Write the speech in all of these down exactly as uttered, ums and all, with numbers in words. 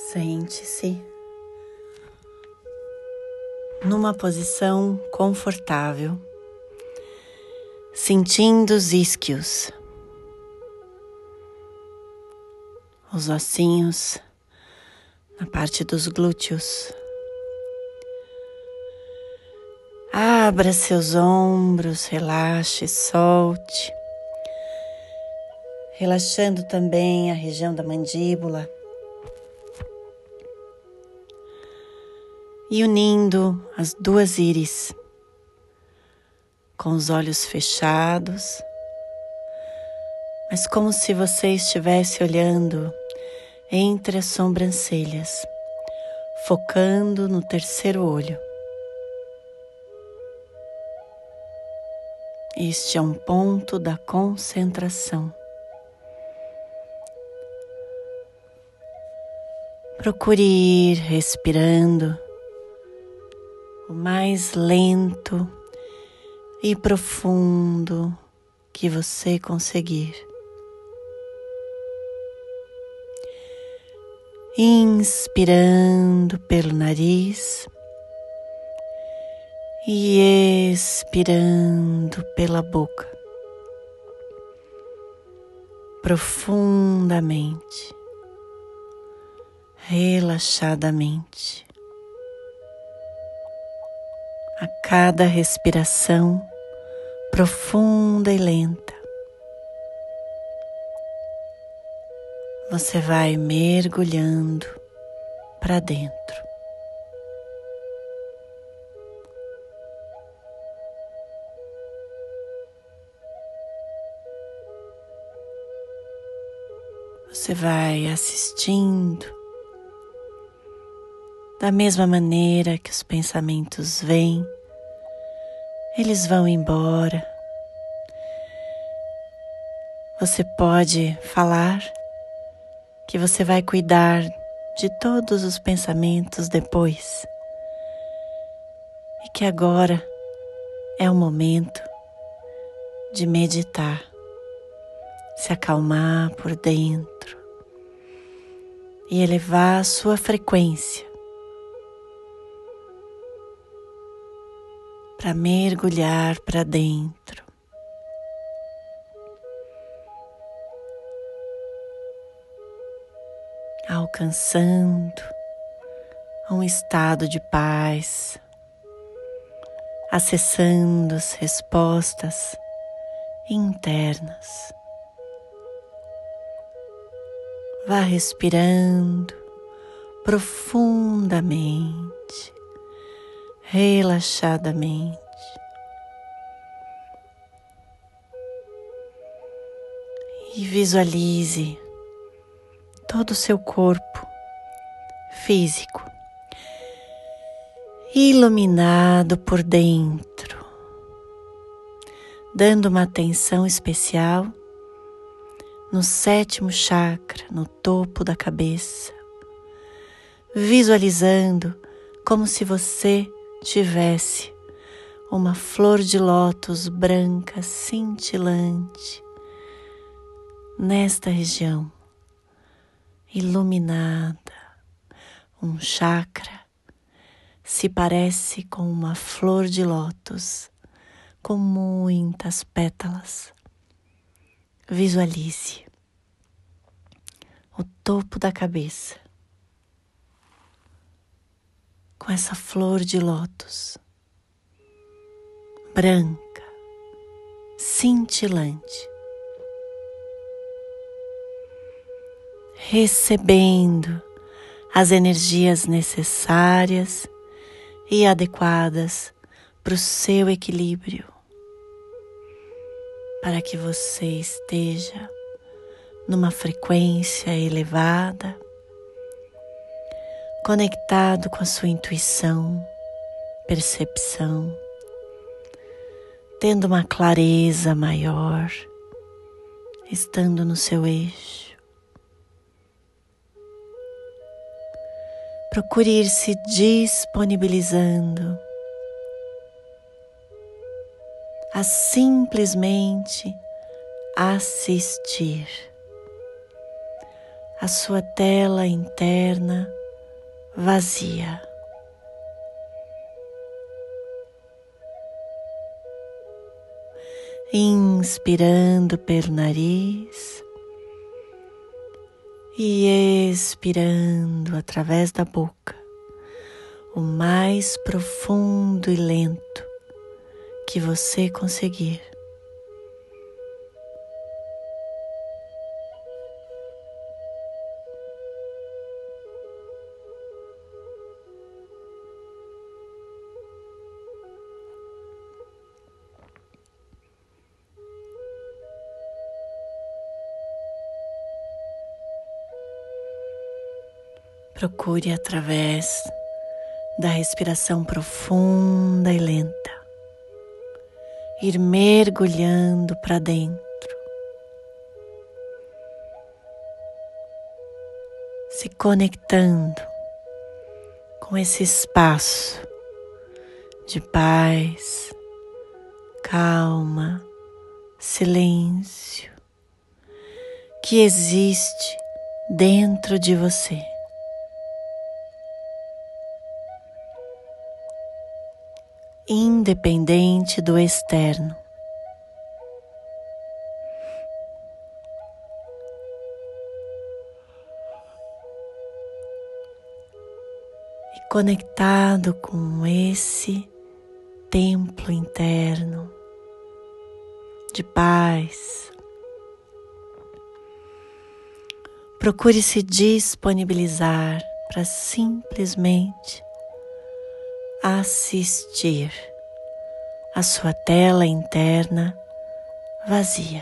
Sente-se numa posição confortável, sentindo os isquios, os ossinhos na parte dos glúteos. Abra seus ombros, relaxe, solte, relaxando também a região da mandíbula e unindo as duas íris com os olhos fechados, mas como se você estivesse olhando entre as sobrancelhas, focando no terceiro olho. Este é um ponto da concentração. Procure ir respirando o mais lento e profundo que você conseguir. Inspirando pelo nariz e expirando pela boca, profundamente, relaxadamente. A cada respiração profunda e lenta, você vai mergulhando para dentro. Você vai assistindo da mesma maneira que os pensamentos vêm, eles vão embora. Você pode falar que você vai cuidar de todos os pensamentos depois e que agora é o momento de meditar, se acalmar por dentro e elevar a sua frequência para mergulhar para dentro. Alcançando um estado de paz, acessando as respostas internas. Vá respirando profundamente, relaxadamente. E visualize todo o seu corpo físico iluminado por dentro, dando uma atenção especial no sétimo chakra, no topo da cabeça, visualizando como se você tivesse uma flor de lótus branca cintilante nesta região, iluminada. Um chakra se parece com uma flor de lótus com muitas pétalas. Visualize o topo da cabeça com essa flor de lótus branca, cintilante, recebendo as energias necessárias e adequadas para o seu equilíbrio, para que você esteja numa frequência elevada, conectado com a sua intuição, percepção, tendo uma clareza maior, estando no seu eixo. Procure ir se disponibilizando a simplesmente assistir a sua tela interna vazia. Inspirando pelo nariz e expirando através da boca, o mais profundo e lento que você conseguir. Procure, através da respiração profunda e lenta, ir mergulhando para dentro, se conectando com esse espaço de paz, calma, silêncio que existe dentro de você. Independente do externo. E conectado com esse templo interno de paz, procure se disponibilizar para simplesmente assistir a sua tela interna vazia,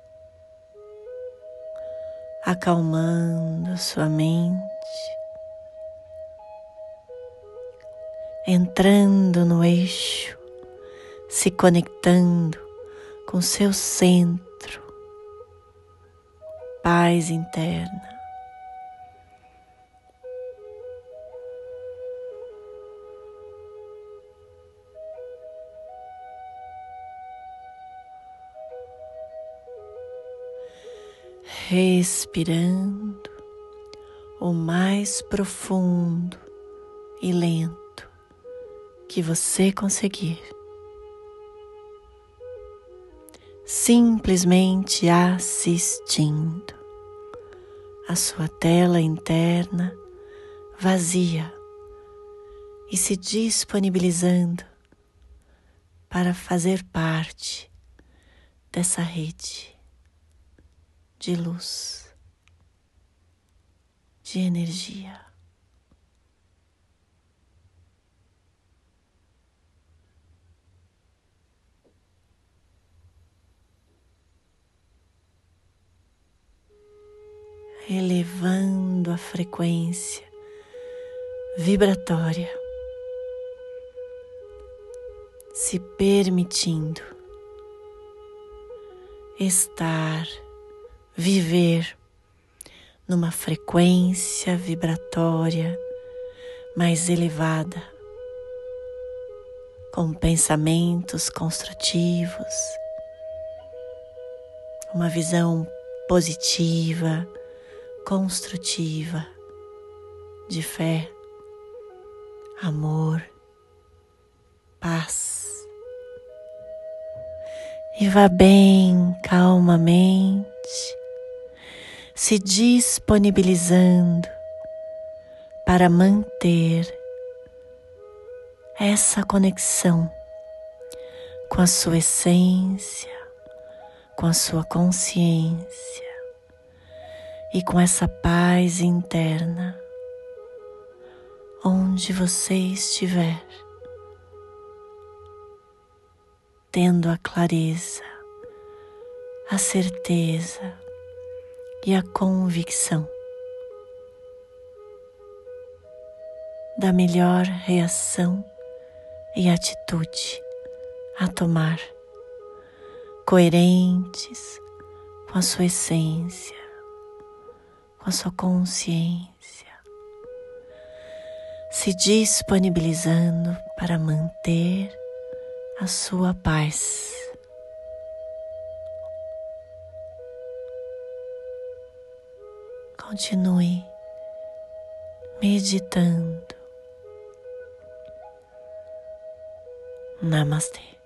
acalmando sua mente, entrando no eixo, se conectando com seu centro, paz interna. Respirando o mais profundo e lento que você conseguir. Simplesmente assistindo a sua tela interna vazia e se disponibilizando para fazer parte dessa rede de luz, de energia. Elevando a frequência vibratória, se permitindo estar, viver numa frequência vibratória mais elevada, com pensamentos construtivos, uma visão positiva, construtiva, de fé, amor, paz. E vá bem calmamente, se disponibilizando para manter essa conexão com a sua essência, com a sua consciência e com essa paz interna, onde você estiver, tendo a clareza, a certeza e a convicção da melhor reação e atitude a tomar, coerentes com a sua essência, com a sua consciência, se disponibilizando para manter a sua paz. Continue meditando. Namastê.